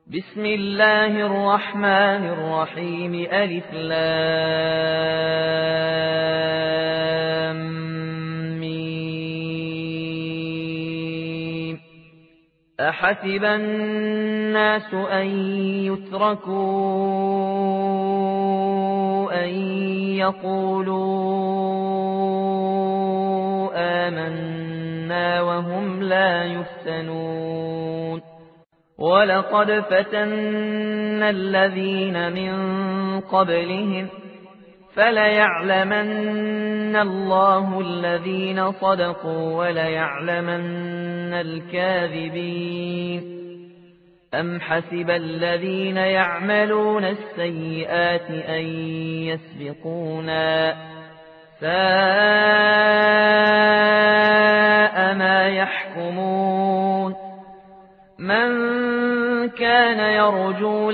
بسم الله الرحمن الرحيم ألف لام ميم. أحسب الناس أن يتركوا أن يقولوا آمنا وهم لا يفتنون. ولقد فتنا الذين من قبلهم فليعلمن الله الذين صدقوا وليعلمن الكاذبين. أم حسب الذين يعملون السيئات أن يسبقونا ساء ما يحكمون. من كان يرجو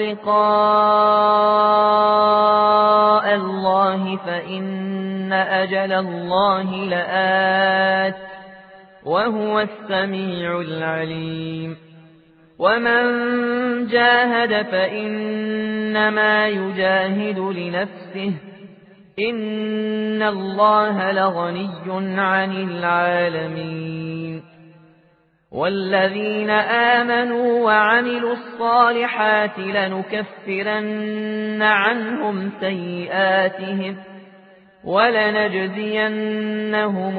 لقاء الله فإن أجل الله لآت وهو السميع العليم. ومن جاهد فإنما يجاهد لنفسه إن الله لغني عن العالمين. والذين آمنوا وعملوا الصالحات لنكفرن عنهم سيئاتهم ولنجزينهم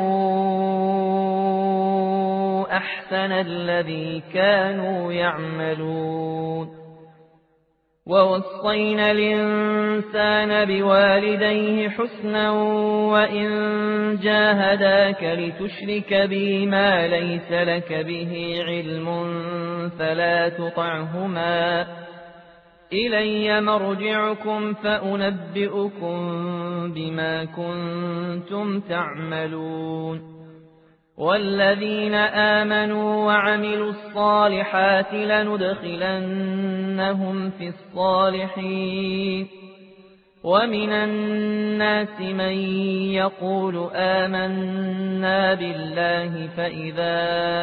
أحسن الذي كانوا يعملون. ووصينا الإنسان بوالديه حسنا وإن جاهداك لتشرك بي ما ليس لك به علم فلا تطعهما إلي مرجعكم فأنبئكم بما كنتم تعملون. والذين آمنوا وعملوا الصالحات لندخلنهم في الصالحين. ومن الناس من يقول آمنا بالله فإذا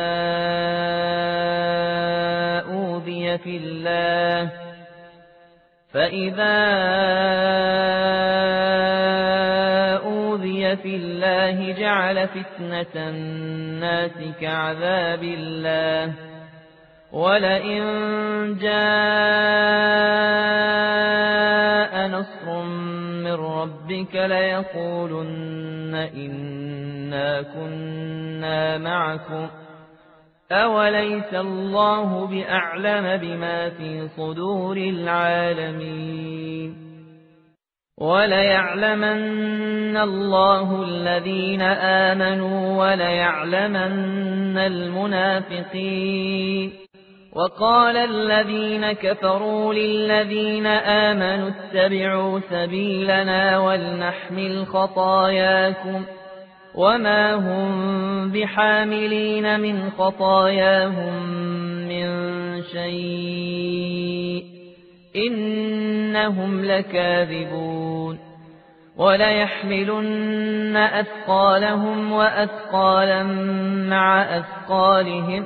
أوذي في الله جعل فتنة الناس كعذاب الله ولئن جاء نصر من ربك ليقولن إنا كنا معكم أوليس الله بأعلم بما في صدور العالمين. وليعلمن الله الذين آمنوا وليعلمن المنافقين. وقال الذين كفروا للذين آمنوا اتبعوا سبيلنا ولنحمل خطاياكم وما هم بحاملين من خطاياهم من شيء إنهم لكاذبون. وليحملن أثقالهم وأثقالا مع أثقالهم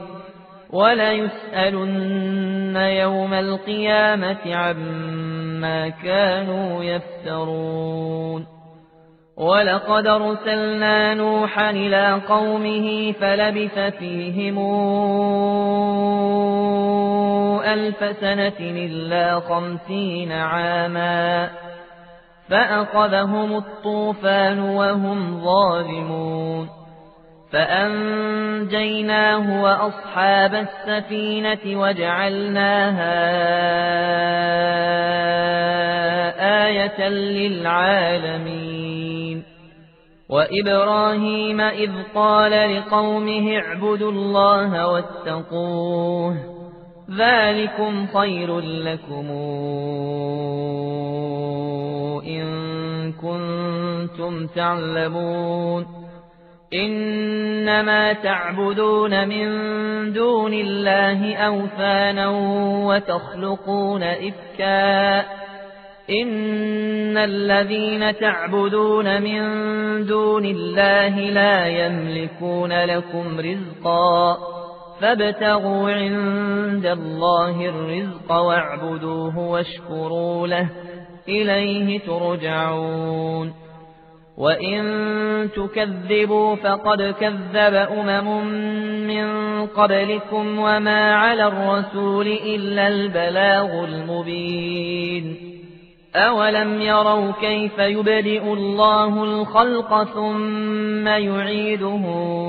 وليسألن يوم القيامة عما كانوا يفترون. ولقد أرسلنا نوحا إلى قومه فلبث فيهم 1000 سنة إلا 50 عاما فأخذهم الطوفان وهم ظالمون. فأنجيناه وأصحاب السفينة وجعلناها آية للعالمين. وإبراهيم إذ قال لقومه اعبدوا الله واتقوه ذلكم خير لكم إن كنتم تعلمون. إنما تعبدون من دون الله أوثانا وتخلقون إفكا إن الذين تعبدون من دون الله لا يملكون لكم رزقا فابتغوا عند الله الرزق واعبدوه واشكروا له إليه ترجعون وإن تكذبوا فقد كذب من قبلكم وما على الرسول إلا البلاغ المبين أولم يروا كيف يبدئ الله الخلق ثم يعيده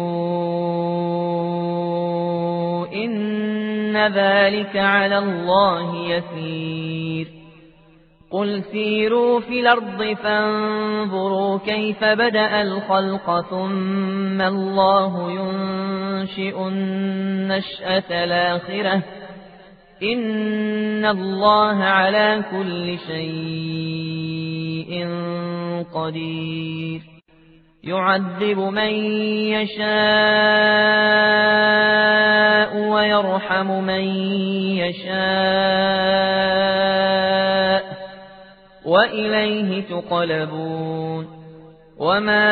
إن ذلك على الله يسير قل سيروا في الأرض فانظروا كيف بدأ الخلق ثم الله ينشئ النشأة الآخرة إن الله على كل شيء قدير يعذب من يشاء ويرحم من يشاء وإليه تقلبون وما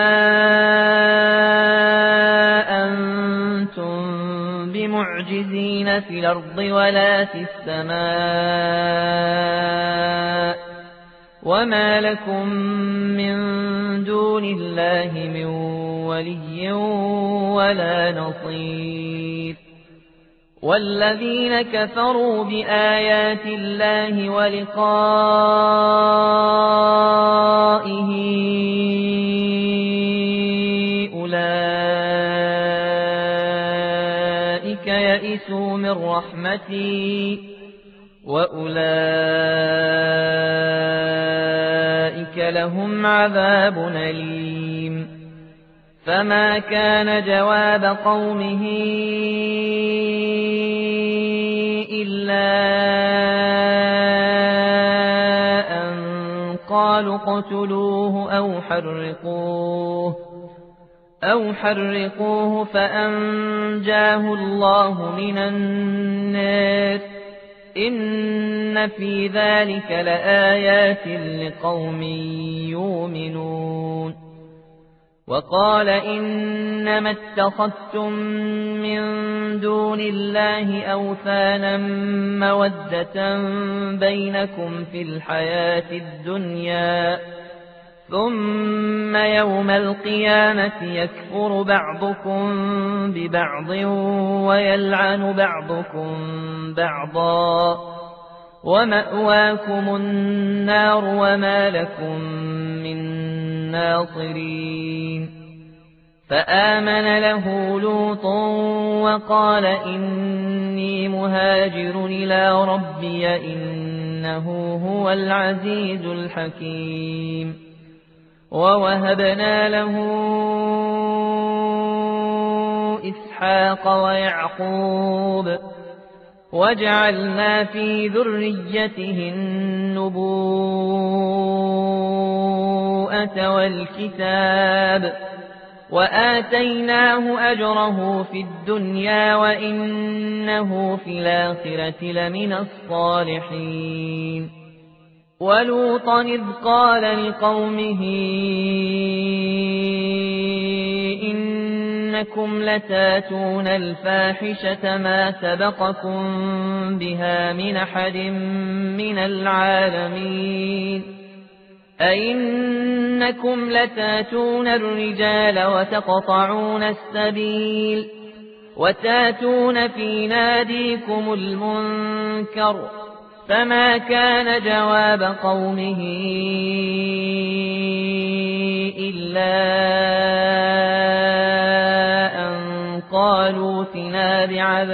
أنتم بمعجزين في الأرض ولا في السماء وما لكم من دون الله من ولي ولا نصير والذين كفروا بآيات الله ولقائه أولئك يئسوا من رحمتي وأولئك لهم عذاب أليم فما كان جواب قومه إلا أن قالوا اقتلوه أو حرقوه فأنجاه الله من النار إن في ذلك لآيات لقوم يؤمنون وقال إنما اتخذتم من دون الله أوثانا مودة بينكم في الحياة الدنيا ثم يوم القيامة يكفر بعضكم ببعض ويلعن بعضكم بعضا ومأواكم النار وما لكم من ناصرين فآمن له لوط وقال إني مهاجر إلى ربي إنه هو العزيز الحكيم ووهبنا له إسحاق ويعقوب وجعلنا في ذريته النبوءة والكتاب وآتيناه أجره في الدنيا وإنه في الآخرة لمن الصالحين ولوطا إذ قال لقومه إنكم لتاتون الفاحشة ما سبقكم بها من أحد من العالمين أئنكم لتاتون الرجال وتقطعون السبيل وتاتون في ناديكم المنكر فما كان جواب قومه إلا أن قالوا ائتنا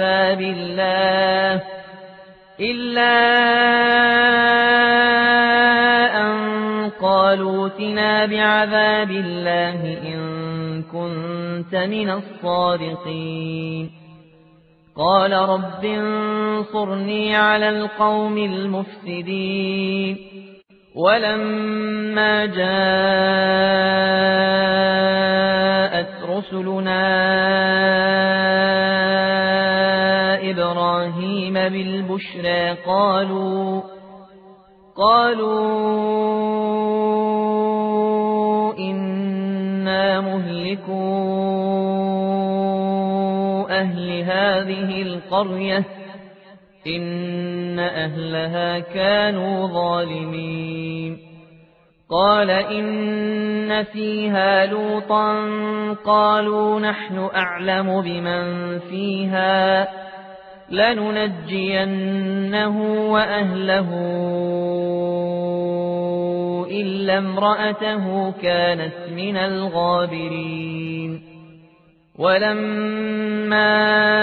بعذاب الله إن كنت من الصادقين قال رب انصرني على القوم المفسدين ولما جاءت رسلنا إبراهيم بالبشرى قالوا إنا مهلكو أهل هذه القرية إن أهلها كانوا ظالمين قال إن فيها لوطا قالوا نحن أعلم بمن فيها لننجينه وأهله إلا امرأته كانت من الغابرين ولما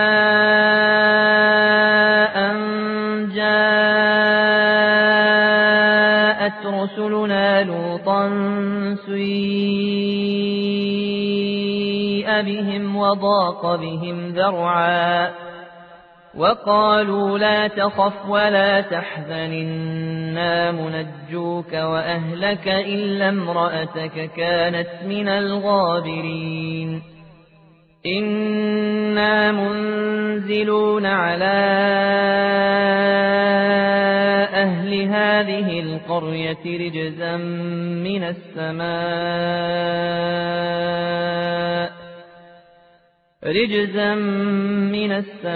أن جاءت رسلنا لوطا سيء بهم وضاق بهم ذرعا وقالوا لا تخف ولا تحزن إنا منجوك وأهلك إلا امرأتك كانت من الغابرين إنا منزلون على أهل هذه القرية رجزا من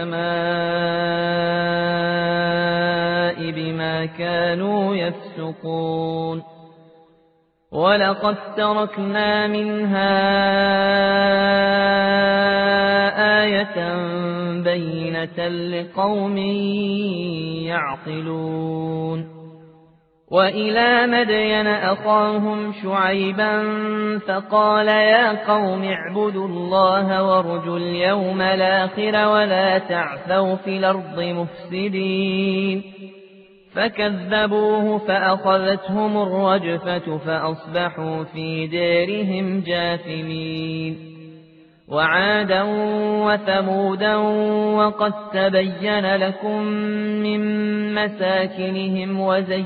السماء بما كانوا يفسقون ولقد تركنا منها آية بينة لقوم يعقلون وإلى مدين أخاهم شعيبا فقال يا قوم اعبدوا الله وارجوا اليوم الآخر ولا تعثوا في الأرض مفسدين فكذبوه فأخذتهم الرجفة فأصبحوا في دارهم جاثمين وعادا وثمودا وقد تبين لكم من مساكنهم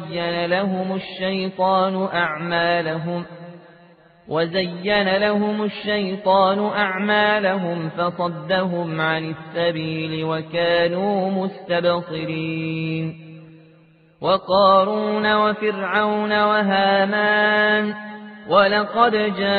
وزين لهم الشيطان أعمالهم فصدهم عن السبيل وكانوا مستبصرين وقارون وفرعون وهامان ولقد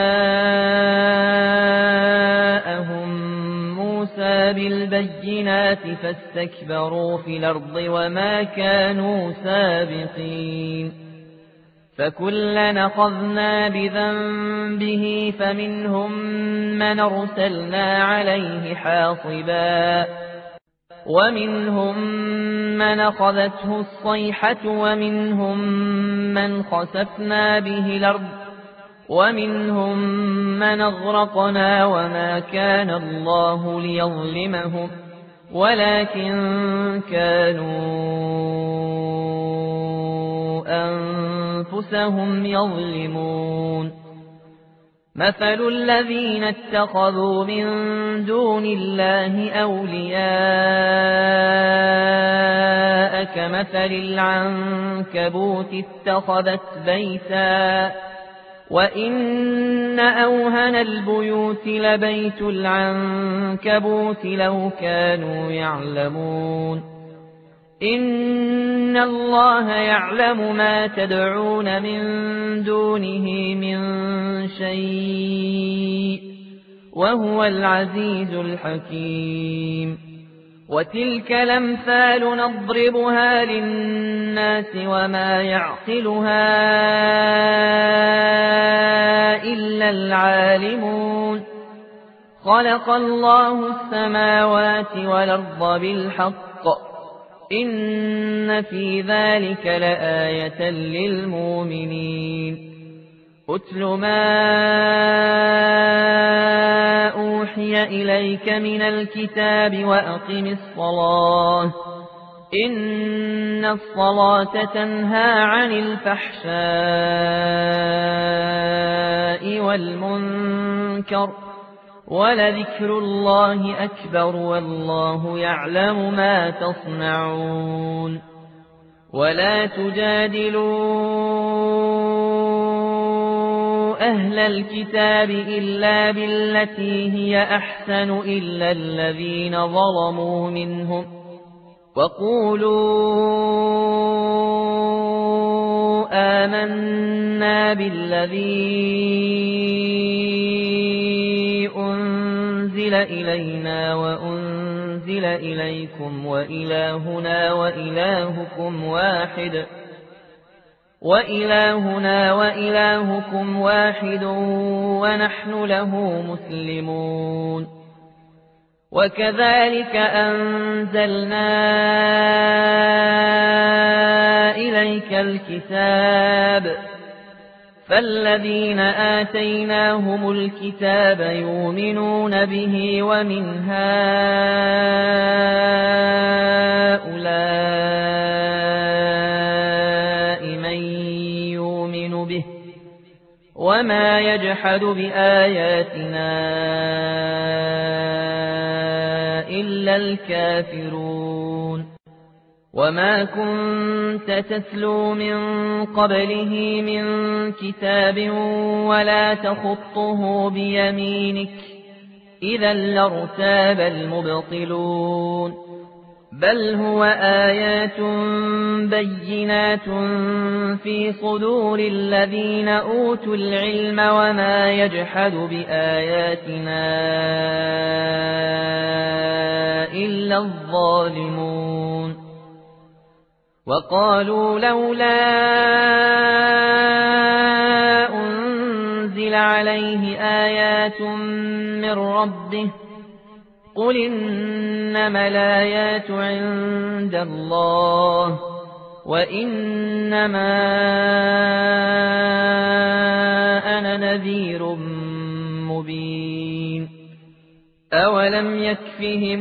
جاءهم موسى بالبينات فاستكبروا في الأرض وما كانوا سابقين فكلنا أخذنا بذنبه فمنهم من أرسلنا عليه حاصبا ومنهم من أخذته الصيحة ومنهم من خسفنا به الأرض ومنهم من أغرقنا وما كان الله ليظلمهم ولكن كانوا أنفسهم يظلمون مثل الذين اتخذوا من دون الله أولياء كمثل العنكبوت اتخذت بيتا وإن أوهن البيوت لبيت العنكبوت لو كانوا يعلمون إن الله يعلم ما تدعون من دونه من شيء وهو العزيز الحكيم وتلك الأمثال نضربها للناس وما يعقلها إلا العالمون خلق الله السماوات والأرض بالحق إن في ذلك لآية للمؤمنين أتل ما أوحي إليك من الكتاب وأقم الصلاة إن الصلاة تنهى عن الفحشاء والمنكر ولذكر الله أكبر والله يعلم ما تصنعون ولا تجادلوا أهل الكتاب إلا بالتي هي أحسن إلا الذين ظلموا منهم وقولوا آمنا بالذي أنزل إلينا وأنزل أنزل إليكم وإلهنا وإلهكم واحد ونحن له مسلمون وكذلك أنزلنا إليك الكتاب فالذين آتيناهم الكتاب يؤمنون به ومن هؤلاء من يؤمن به وما يجحد بآياتنا إلا الكافرون وما كنت تتلو من قبله من كتاب ولا تخطه بيمينك إذا لارتاب المبطلون بل هو آيات بينات في صدور الذين أوتوا العلم وما يجحد بآياتنا إلا الظالمون وقالوا لولا أنزل عليه آيات من ربه قل إنما الآيات عند الله وإنما أنا نذير مبين أولم يكفهم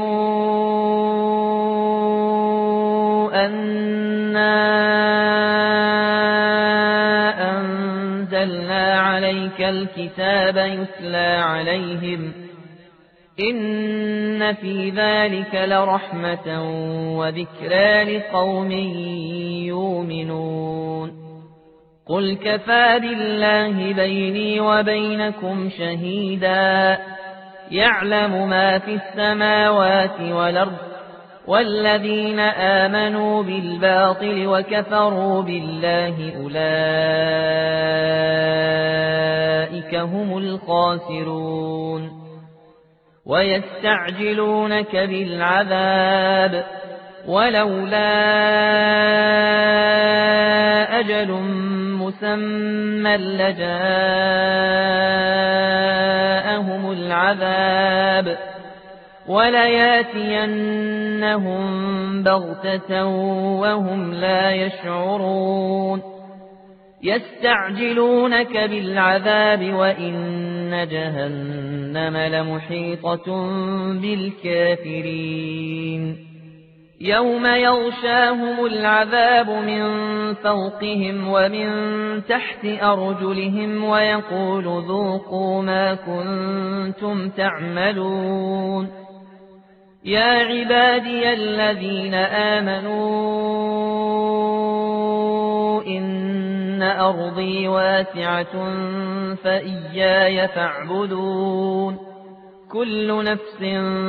أنا أنزلنا عليك الكتاب يتلى عليهم إن في ذلك لرحمة وذكرى لقوم يؤمنون قل كفى بالله بيني وبينكم شهيدا يعلم ما في السماوات والأرض والذين آمنوا بالباطل وكفروا بالله أولئك هم الخاسرون ويستعجلونك بالعذاب ولولا أجل مسمى لجاءهم العذاب ولياتينهم بغتة وهم لا يشعرون يستعجلونك بالعذاب وإن جهنم لمحيطة بالكافرين يوم يغشاهم العذاب من فوقهم ومن تحت أرجلهم ويقول ذوقوا ما كنتم تعملون يا عبادي الذين آمنوا إن أرضي واسعة فإياي فاعبدون كل نفس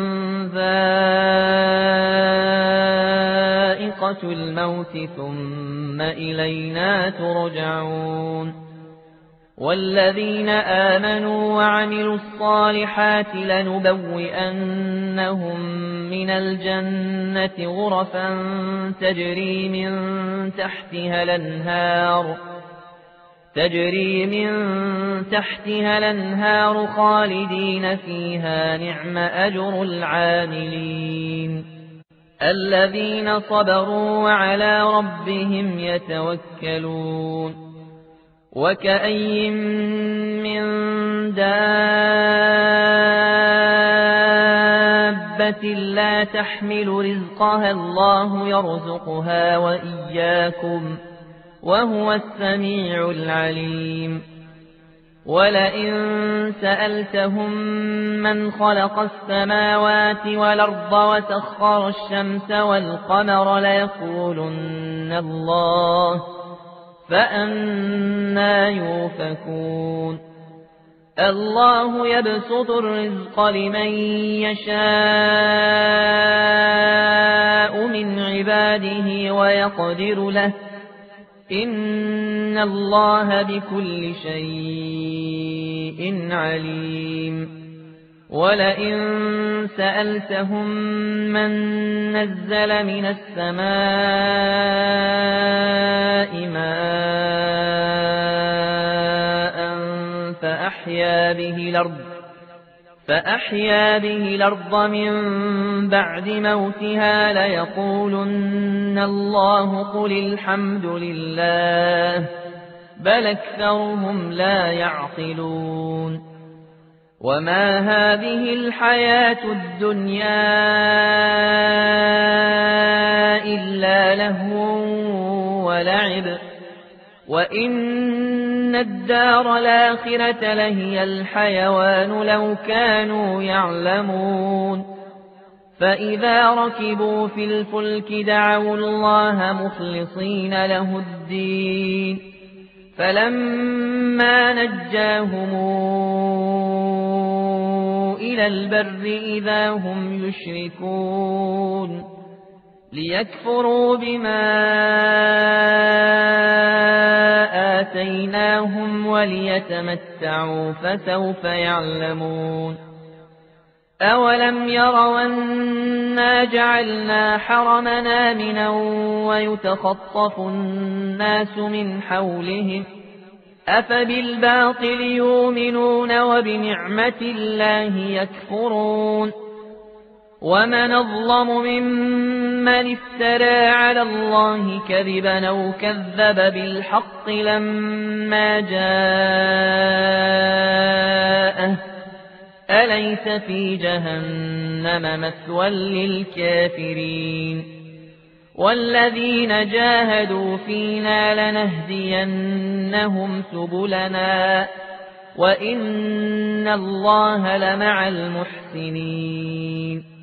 ذائقة الموت ثم إلينا ترجعون والذين آمنوا وعملوا الصالحات لنبوئنهم من الجنة غرفا تجري من تحتها الأنهار خالدين فيها نعم أجر العاملين الذين صبروا وعلى ربهم يتوكلون وكأي من دابة لا تحمل رزقها الله يرزقها وإياكم وهو السميع العليم ولئن سألتهم من خلق السماوات والأرض وسخر الشمس والقمر ليقولن الله فأنى يؤفكون الله يبسط الرزق لمن يشاء من عباده ويقدر له إن الله بكل شيء عليم ولئن سألتهم من نزل من السماء ماء فأحيا به الأرض من بعد موتها ليقولن الله قل الحمد لله بل أكثرهم لا يعقلون وما هذه الحياة الدنيا إلا لهو ولعب وإن الدار الآخرة لهي الحيوان لو كانوا يعلمون فإذا ركبوا في الفلك دعوا الله مخلصين له الدين فلما نجاهم إلى البر إذا هم يشركون ليكفروا بما آتيناهم وليتمتعوا فسوف يعلمون أولم يروا أنا جعلنا حرمنا آمنا ويتخطف الناس من حولهم أفبالباطل يؤمنون وبنعمة الله يكفرون ومن أظلم ممن افترى على الله كذبا أو كذب بالحق لما جاءه أليس في جهنم مثوى للكافرين والذين جاهدوا فينا لنهدينهم سبلنا وإن الله لمع المحسنين